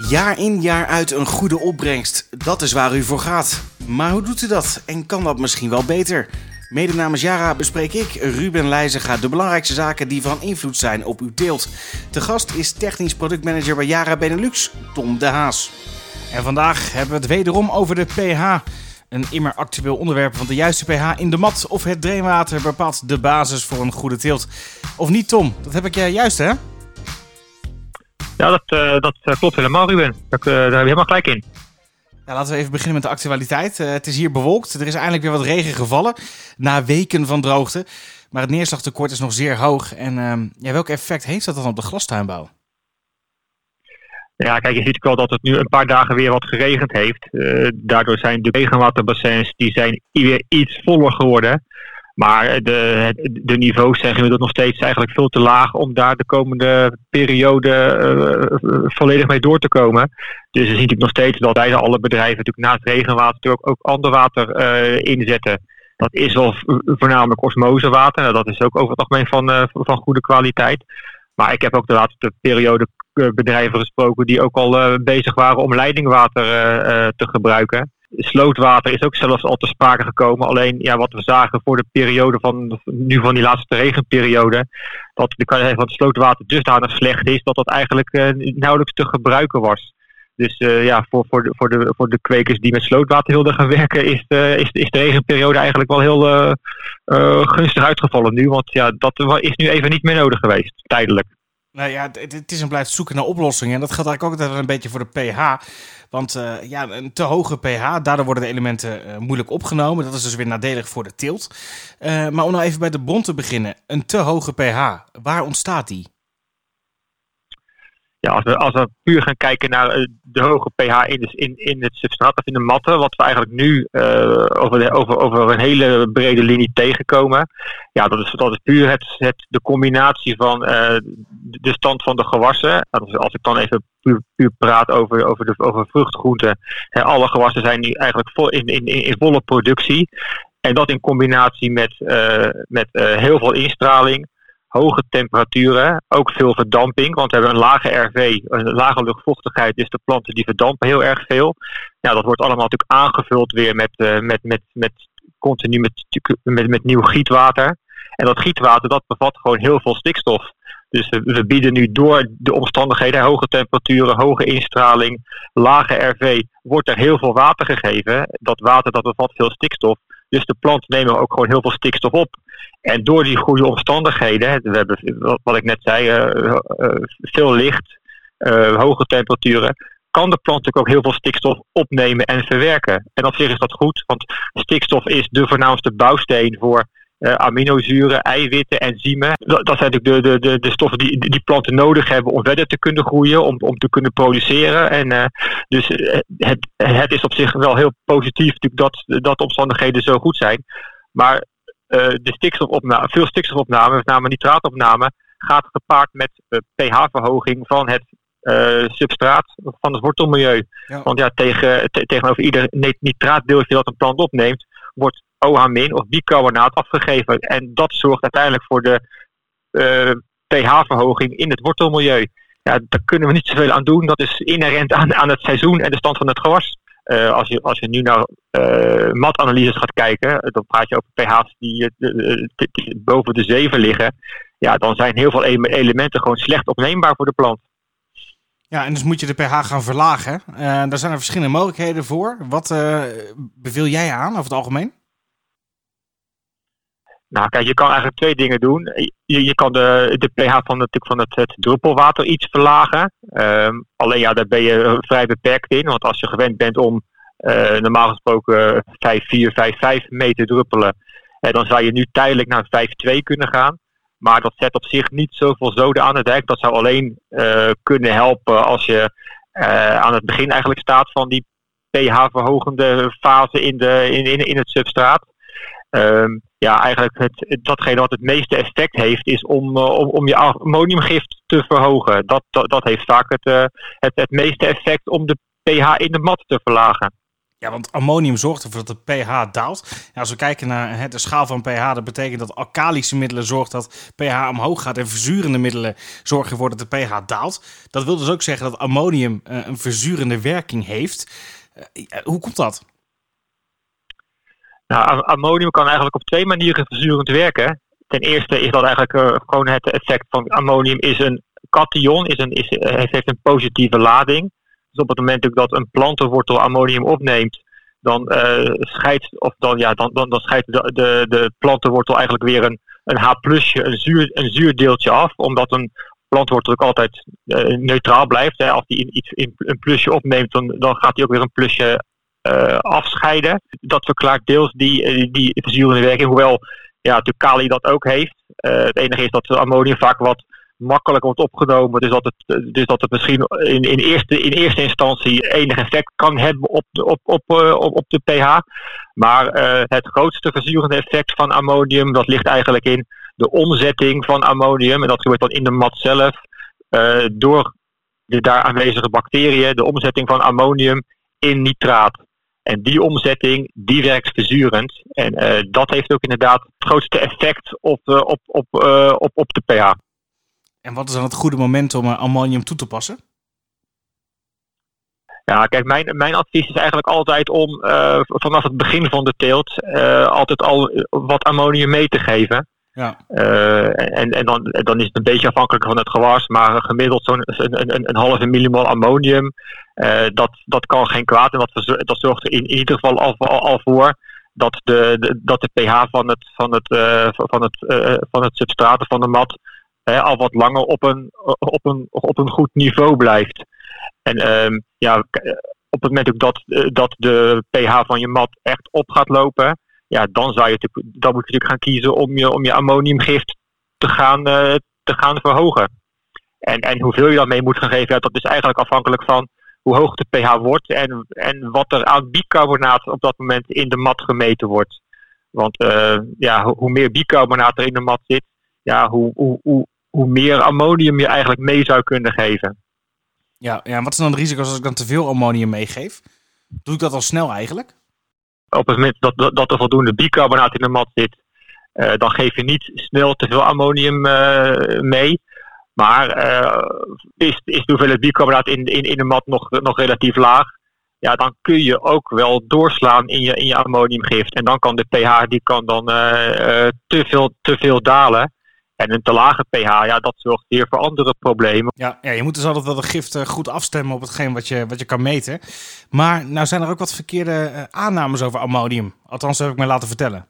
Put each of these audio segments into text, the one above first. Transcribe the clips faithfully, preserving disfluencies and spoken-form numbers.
Jaar in jaar uit een goede opbrengst, dat is waar u voor gaat. Maar hoe doet u dat en kan dat misschien wel beter? Mede namens Yara bespreek ik, Ruben Leijzega, de belangrijkste zaken die van invloed zijn op uw teelt. Te gast is technisch productmanager bij Yara Benelux, Tom de Haas. En vandaag hebben we het wederom over de pH. Een immer actueel onderwerp, want de juiste pH in de mat of het drainwater bepaalt de basis voor een goede teelt. Of niet, Tom? Dat heb ik uh, juist, hè? Ja, dat, uh, dat uh, klopt helemaal, Ruben. Daar, uh, daar heb je helemaal gelijk in. Ja, laten we even beginnen met de actualiteit. Uh, het is hier bewolkt. Er is eindelijk weer wat regen gevallen na weken van droogte. Maar het neerslagtekort is nog zeer hoog. En uh, ja, welk effect heeft dat dan op de glastuinbouw? Ja, kijk, je ziet ook wel dat het nu een paar dagen weer wat geregend heeft. Uh, daardoor zijn de regenwaterbassins die zijn weer iets voller geworden. Maar de, de niveaus zijn gemiddeld nog steeds eigenlijk veel te laag om daar de komende periode uh, volledig mee door te komen. Dus je ziet natuurlijk nog steeds dat bijna alle bedrijven natuurlijk naast regenwater ook, ook ander water uh, inzetten. Dat is wel voornamelijk osmosewater. Nou, dat is ook over het algemeen van, uh, van goede kwaliteit. Maar ik heb ook de laatste periode bedrijven gesproken die ook al uh, bezig waren om leidingwater uh, uh, te gebruiken. Slootwater is ook zelfs al te sprake gekomen. Alleen ja, wat we zagen voor de periode van nu van die laatste regenperiode, dat de kwaliteit van het slootwater dusdanig slecht is dat dat eigenlijk uh, nauwelijks te gebruiken was. Dus uh, ja, voor, voor, de, voor, de, voor de kwekers die met slootwater wilden gaan werken, is de, is, is de regenperiode eigenlijk wel heel uh, uh, gunstig uitgevallen nu. Want ja, dat is nu even niet meer nodig geweest, tijdelijk. Nou ja, het, het is en blijft zoeken naar oplossingen. En dat geldt eigenlijk ook een beetje voor de pH. Want uh, ja, een te hoge pH, daardoor worden de elementen uh, moeilijk opgenomen. Dat is dus weer nadelig voor de teelt. Uh, maar om nou even bij de bron te beginnen. Een te hoge pH, waar ontstaat die? Ja, als we, als we puur gaan kijken naar uh, de hoge pH in, de, in, in het substraat of in de matten, wat we eigenlijk nu uh, over, de, over, over een hele brede linie tegenkomen. Ja, dat is, dat is puur het, het, de combinatie van uh, de stand van de gewassen. Als, als ik dan even puur, puur praat over, over, de, over vruchtgroenten. Hè, alle gewassen zijn nu eigenlijk vol, in, in, in volle productie. En dat in combinatie met, uh, met uh, heel veel instraling. Hoge temperaturen, ook veel verdamping, want we hebben een lage R V, een lage luchtvochtigheid, dus de planten die verdampen heel erg veel. Ja, dat wordt allemaal natuurlijk aangevuld weer met, uh, met, met, met continu met, met, met nieuw gietwater. En dat gietwater, dat bevat gewoon heel veel stikstof. Dus we, we bieden nu door de omstandigheden, hoge temperaturen, hoge instraling, lage R V, wordt er heel veel water gegeven. Dat water, dat bevat veel stikstof. Dus de planten nemen ook gewoon heel veel stikstof op. En door die goede omstandigheden, we hebben, wat ik net zei, uh, uh, veel licht, uh, hoge temperaturen, kan de plant natuurlijk ook heel veel stikstof opnemen en verwerken. En op zich is dat goed, want stikstof is de voornaamste bouwsteen voor uh, aminozuren, eiwitten, enzymen. Dat, dat zijn natuurlijk de, de, de, de stoffen die, die planten nodig hebben om verder te kunnen groeien, om, om te kunnen produceren. En uh, dus het, het is op zich wel heel positief natuurlijk dat, dat de omstandigheden zo goed zijn. Maar Uh, de stikstofopname, veel stikstofopname, met name nitraatopname, gaat gepaard met uh, pH-verhoging van het uh, substraat, van het wortelmilieu. Ja. Want ja, tegen, te, tegenover ieder nitraatdeeltje dat een plant opneemt, wordt O H min of bicarbonaat afgegeven. En dat zorgt uiteindelijk voor de uh, pH-verhoging in het wortelmilieu. Ja, daar kunnen we niet zoveel aan doen. Dat is inherent aan, aan het seizoen en de stand van het gewas. Uh, als, je, als je nu naar uh, matanalyses gaat kijken, dan praat je over pH's die, uh, die, die boven de zeven liggen. Ja, dan zijn heel veel elementen gewoon slecht opneembaar voor de plant. Ja, en dus moet je de pH gaan verlagen. Uh, daar zijn er verschillende mogelijkheden voor. Wat uh, beveel jij aan over het algemeen? Nou, kijk, je kan eigenlijk twee dingen doen. Je, je kan de, de pH van, het, van het, het druppelwater iets verlagen. Um, alleen ja, daar ben je vrij beperkt in. Want als je gewend bent om uh, normaal gesproken vijf komma vier, vijf komma vijf meter druppelen, eh, dan zou je nu tijdelijk naar vijf komma twee kunnen gaan. Maar dat zet op zich niet zoveel zoden aan de dijk. Dat zou alleen uh, kunnen helpen als je uh, aan het begin eigenlijk staat van die pH-verhogende fase in, de, in, in, in het substraat. Um, ja, eigenlijk het, datgene wat het meeste effect heeft is om, uh, om, om je ammoniumgift te verhogen. Dat, dat, dat heeft vaak het, uh, het, het meeste effect om de pH in de mat te verlagen. Ja, want ammonium zorgt ervoor dat de pH daalt. Ja, als we kijken naar hè, de schaal van pH, dat betekent dat alkalische middelen zorgen dat pH omhoog gaat en verzurende middelen zorgen ervoor dat de pH daalt. Dat wil dus ook zeggen dat ammonium uh, een verzurende werking heeft. Uh, hoe komt dat? Nou, ammonium kan eigenlijk op twee manieren verzurend werken. Ten eerste is dat eigenlijk uh, gewoon het effect van ammonium is een cation, is een, is, uh, heeft een positieve lading. Dus op het moment dat een plantenwortel ammonium opneemt, dan uh, scheidt, of dan, ja, dan, dan, dan scheidt de, de, de plantenwortel eigenlijk weer een, een H plusje, een zuur, een zuurdeeltje af, omdat een plantwortel ook altijd uh, neutraal blijft. Hè. Als die iets in, een plusje opneemt, dan, dan gaat hij ook weer een plusje uh, afscheiden. Dat verklaart deels die, die verzurende werking, hoewel ja, de kali dat ook heeft. Uh, het enige is dat ammonium vaak wat makkelijker wordt opgenomen, dus dat het, dus dat het misschien in, in, eerste, in eerste instantie enig effect kan hebben op de, op, op, uh, op, op de pH. Maar uh, het grootste verzurende effect van ammonium, dat ligt eigenlijk in de omzetting van ammonium, en dat gebeurt dan in de mat zelf, uh, door de daar aanwezige bacteriën, de omzetting van ammonium in nitraat. En die omzetting, die werkt verzurend. En uh, dat heeft ook inderdaad het grootste effect op, uh, op, op, uh, op, op de pH. En wat is dan het goede moment om uh, ammonium toe te passen? Ja, kijk, mijn, mijn advies is eigenlijk altijd om uh, vanaf het begin van de teelt uh, altijd al wat ammonium mee te geven. Ja. Uh, en en dan, dan is het een beetje afhankelijk van het gewas, maar gemiddeld zo'n een, een, een halve millimol ammonium, uh, dat, dat kan geen kwaad. En dat, dat zorgt er in, in ieder geval al, al, al voor dat de, de, dat de pH van het, van het, uh, van het, uh, van het substraat van de mat uh, al wat langer op een, op een, op een goed niveau blijft. En uh, ja, op het moment ook dat, uh, dat de pH van je mat echt op gaat lopen, ja, dan, zou je dan moet je natuurlijk gaan kiezen om je, om je ammoniumgift te gaan, uh, te gaan verhogen. En, en hoeveel je dan mee moet gaan geven, ja, dat is eigenlijk afhankelijk van hoe hoog de pH wordt en, en wat er aan bicarbonaat op dat moment in de mat gemeten wordt. Want uh, ja, hoe, hoe meer bicarbonaat er in de mat zit, ja, hoe, hoe, hoe, hoe meer ammonium je eigenlijk mee zou kunnen geven. Ja, ja, en wat zijn dan de risico's als ik dan te veel ammonium meegeef? Doe ik dat al snel eigenlijk? Op het moment dat, dat, dat er voldoende bicarbonaat in de mat zit, uh, dan geef je niet snel te veel ammonium uh, mee. Maar uh, is, is de hoeveelheid bicarbonaat in, in, in de mat nog, nog relatief laag, ja, dan kun je ook wel doorslaan in je, in je ammoniumgift. En dan kan de pH die kan dan uh, uh, te, veel, te veel dalen. En een te lage pH, ja, dat zorgt weer voor andere problemen. Ja, ja, je moet dus altijd wel de gift uh, goed afstemmen op hetgeen wat je, wat je kan meten. Maar nou zijn er ook wat verkeerde uh, aannames over ammonium. Althans, dat heb ik mij laten vertellen.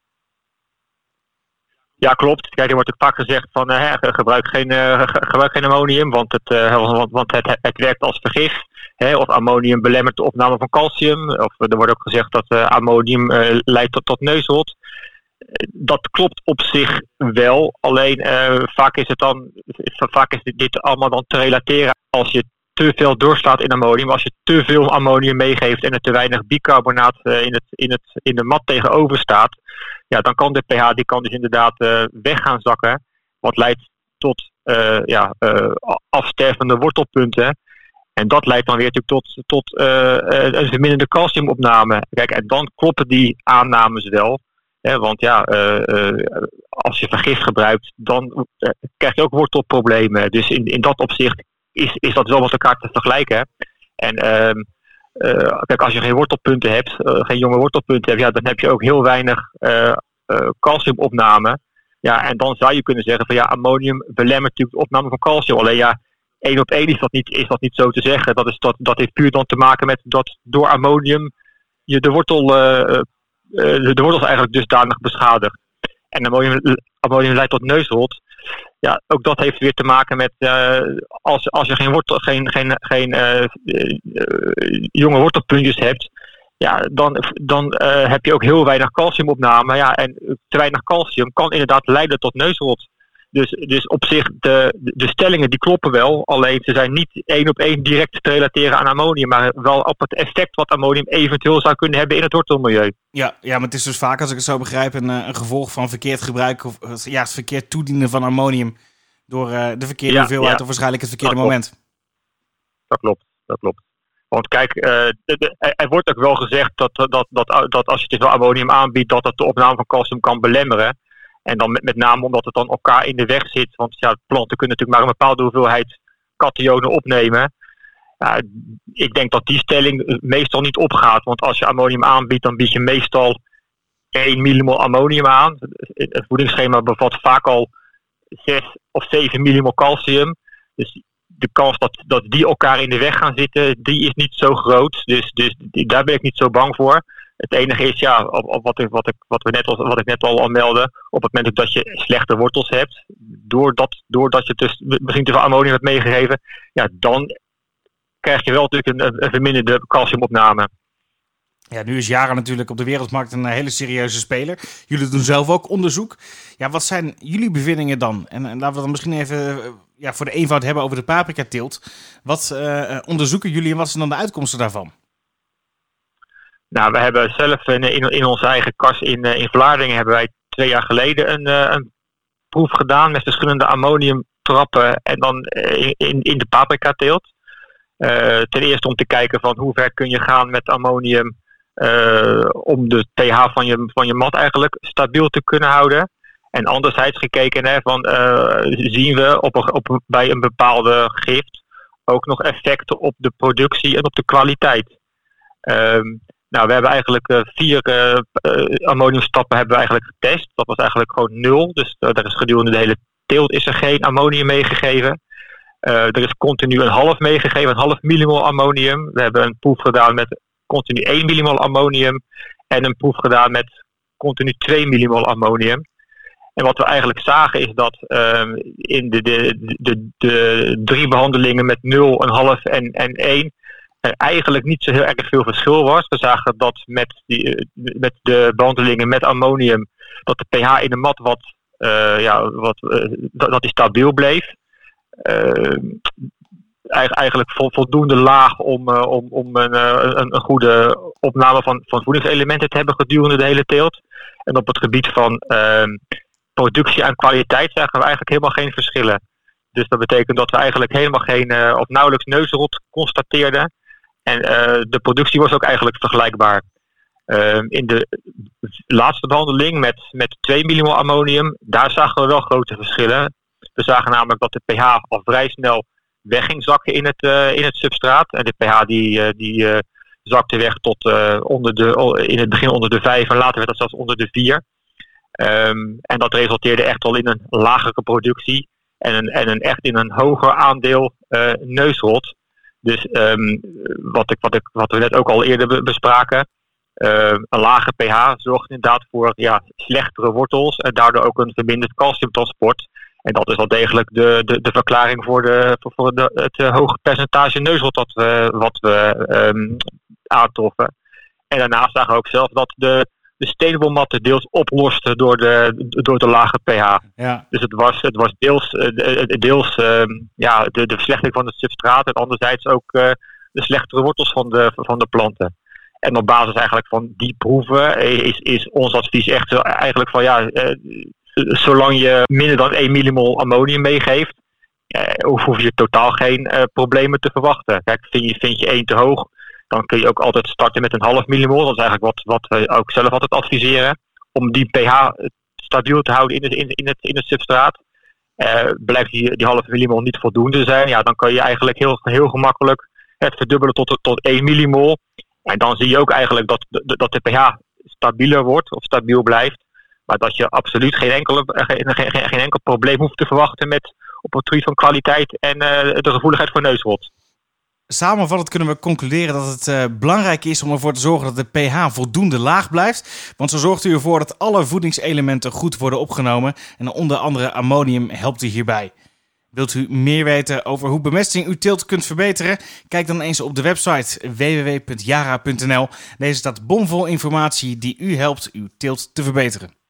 Ja, klopt. Kijk, er wordt ook vaak gezegd van uh, gebruik, geen, uh, gebruik geen ammonium, want het, uh, want, want het, het werkt als vergif. Hè, of ammonium belemmert de opname van calcium. Of er wordt ook gezegd dat uh, ammonium uh, leidt tot, tot neusholt. Dat klopt op zich wel, alleen uh, vaak is het dan vaak is dit, dit allemaal dan te relateren als je te veel doorslaat in ammonium, als je te veel ammonium meegeeft en er te weinig bicarbonaat uh, in, het, in, het, in de mat tegenover staat, ja, dan kan de pH die kan dus inderdaad uh, weg gaan zakken, wat leidt tot uh, ja, uh, afstervende wortelpunten. En dat leidt dan weer natuurlijk tot, tot uh, een verminderde calciumopname. Kijk, en dan kloppen die aannames wel. He, want ja, uh, uh, als je vergif gebruikt, dan uh, krijg je ook wortelproblemen. Dus in, in dat opzicht is, is dat wel met elkaar te vergelijken. En uh, uh, kijk, als je geen wortelpunten hebt, uh, geen jonge wortelpunten hebt, ja, dan heb je ook heel weinig uh, uh, calciumopname. Ja, en dan zou je kunnen zeggen van ja, ammonium belemmert natuurlijk de opname van calcium. Alleen ja, één op één is dat niet, is dat niet zo te zeggen. Dat, is, dat, dat heeft puur dan te maken met dat door ammonium je de wortel uh, de wortels eigenlijk dusdanig beschadigd. En ammonium, ammonium leidt tot neusholt. Ja, ook dat heeft weer te maken met uh, als, als je geen, wortel, geen, geen, geen uh, uh, jonge wortelpuntjes hebt, ja, dan, dan uh, heb je ook heel weinig calciumopname. Ja, en te weinig calcium kan inderdaad leiden tot neusholt. Dus, dus op zich, de, de stellingen die kloppen wel. Alleen ze zijn niet één op één direct te relateren aan ammonium. Maar wel op het effect wat ammonium eventueel zou kunnen hebben in het wortelmilieu. Ja, ja, maar het is dus vaak, als ik het zo begrijp, een, een gevolg van verkeerd gebruik. Of ja, het verkeerd toedienen van ammonium. Door uh, de verkeerde ja, hoeveelheid ja. of waarschijnlijk het verkeerde dat moment. Dat klopt, dat klopt. Want kijk, uh, de, de, er wordt ook wel gezegd dat, dat, dat, dat als je te veel ammonium aanbiedt, dat dat de opname van calcium kan belemmeren. En dan met, met name omdat het dan elkaar in de weg zit. Want ja, planten kunnen natuurlijk maar een bepaalde hoeveelheid kationen opnemen. Ja, ik denk dat die stelling meestal niet opgaat. Want als je ammonium aanbiedt, dan bied je meestal één millimol ammonium aan. Het voedingsschema bevat vaak al zes of zeven millimol calcium. Dus de kans dat, dat die elkaar in de weg gaan zitten, die is niet zo groot. Dus, dus daar ben ik niet zo bang voor. Het enige is, ja, op, op wat, ik, wat, ik, wat, we net al, wat ik net al al meldde, op het moment dat je slechte wortels hebt, doordat, doordat je dus misschien te veel ammonium hebt meegegeven, ja, dan krijg je wel natuurlijk een, een verminderde calciumopname. Ja, nu is Yara natuurlijk op de wereldmarkt een hele serieuze speler. Jullie doen zelf ook onderzoek. Ja, wat zijn jullie bevindingen dan? En, en laten we dan misschien even ja, voor de eenvoud hebben over de paprikateelt. Wat uh, onderzoeken jullie en wat zijn dan de uitkomsten daarvan? Nou, we hebben zelf in, in, in onze eigen kas in, in Vlaardingen hebben wij twee jaar geleden een, een proef gedaan met verschillende ammoniumtrappen en dan in, in de paprikateelt. Uh, ten eerste om te kijken van hoe ver kun je gaan met ammonium uh, om de pH van je, van je mat eigenlijk stabiel te kunnen houden. En anderzijds gekeken hè, van uh, zien we op een, op, bij een bepaalde gift ook nog effecten op de productie en op de kwaliteit. Um, nou, we hebben eigenlijk uh, vier uh, uh, ammoniumstappen hebben we eigenlijk getest. Dat was eigenlijk gewoon nul. Dus uh, er is gedurende de hele teelt is er geen ammonium meegegeven. Uh, er is continu een half meegegeven, een half millimol ammonium. We hebben een proef gedaan met continu één millimol ammonium. En een proef gedaan met continu twee millimol ammonium. En wat we eigenlijk zagen is dat uh, in de, de, de, de drie behandelingen met nul, een half en, en één... er eigenlijk niet zo heel erg veel verschil was. We zagen dat met, die, met de behandelingen met ammonium, dat de pH in de mat wat, uh, ja, wat uh, dat, dat die stabiel bleef. Uh, eigenlijk voldoende laag om, uh, om, om een, een, een goede opname van, van voedingselementen te hebben gedurende de hele teelt. En op het gebied van uh, productie en kwaliteit zagen we eigenlijk helemaal geen verschillen. Dus dat betekent dat we eigenlijk helemaal geen uh, of nauwelijks neusrot constateerden. En uh, de productie was ook eigenlijk vergelijkbaar. Uh, in de laatste behandeling met, met twee millimol ammonium, daar zagen we wel grote verschillen. We zagen namelijk dat de pH al vrij snel weg ging zakken in het, uh, in het substraat. En de pH die, uh, die uh, zakte weg tot uh, onder de, in het begin onder de vijf en later werd dat zelfs onder de vier. Um, en dat resulteerde echt al in een lagere productie en, een, en een, echt in een hoger aandeel uh, neusrot. Dus um, wat, ik, wat, ik, wat we net ook al eerder bespraken, uh, een lage pH zorgt inderdaad voor ja, slechtere wortels en daardoor ook een verminderd calciumtransport. En dat is wel degelijk de, de, de verklaring voor, de, voor, voor de, het uh, hoge percentage neusrot dat we, wat we um, aantroffen. En daarnaast zagen we ook zelf dat de, de steenbolmatten deels oplosten door de, door de lage pH. Ja. Dus het was, het was deels, uh, deels uh, ja, de, de verslechtering van het substraat en anderzijds ook uh, de slechtere wortels van de, van de planten. En op basis eigenlijk van die proeven is, is ons advies echt eigenlijk van ja, uh, zolang je minder dan één millimol ammonium meegeeft, uh, hoef je totaal geen uh, problemen te verwachten. Kijk, vind je, vind je één te hoog, dan kun je ook altijd starten met een half millimol. Dat is eigenlijk wat, wat we ook zelf altijd adviseren. Om die pH stabiel te houden in het, in, in het, in het substraat. Uh, blijft die, die half millimol niet voldoende zijn, ja, dan kan je eigenlijk heel, heel gemakkelijk het verdubbelen tot, tot één millimol. En dan zie je ook eigenlijk dat, dat de pH stabieler wordt of stabiel blijft. Maar dat je absoluut geen, enkele, geen, geen, geen enkel probleem hoeft te verwachten met op het gebied van kwaliteit en uh, de gevoeligheid voor neusrot. Samenvattend kunnen we concluderen dat het uh, belangrijk is om ervoor te zorgen dat de pH voldoende laag blijft. Want zo zorgt u ervoor dat alle voedingselementen goed worden opgenomen. En onder andere ammonium helpt u hierbij. Wilt u meer weten over hoe bemesting uw teelt kunt verbeteren? Kijk dan eens op de website w w w punt yara punt n l. Deze staat bomvol informatie die u helpt uw teelt te verbeteren.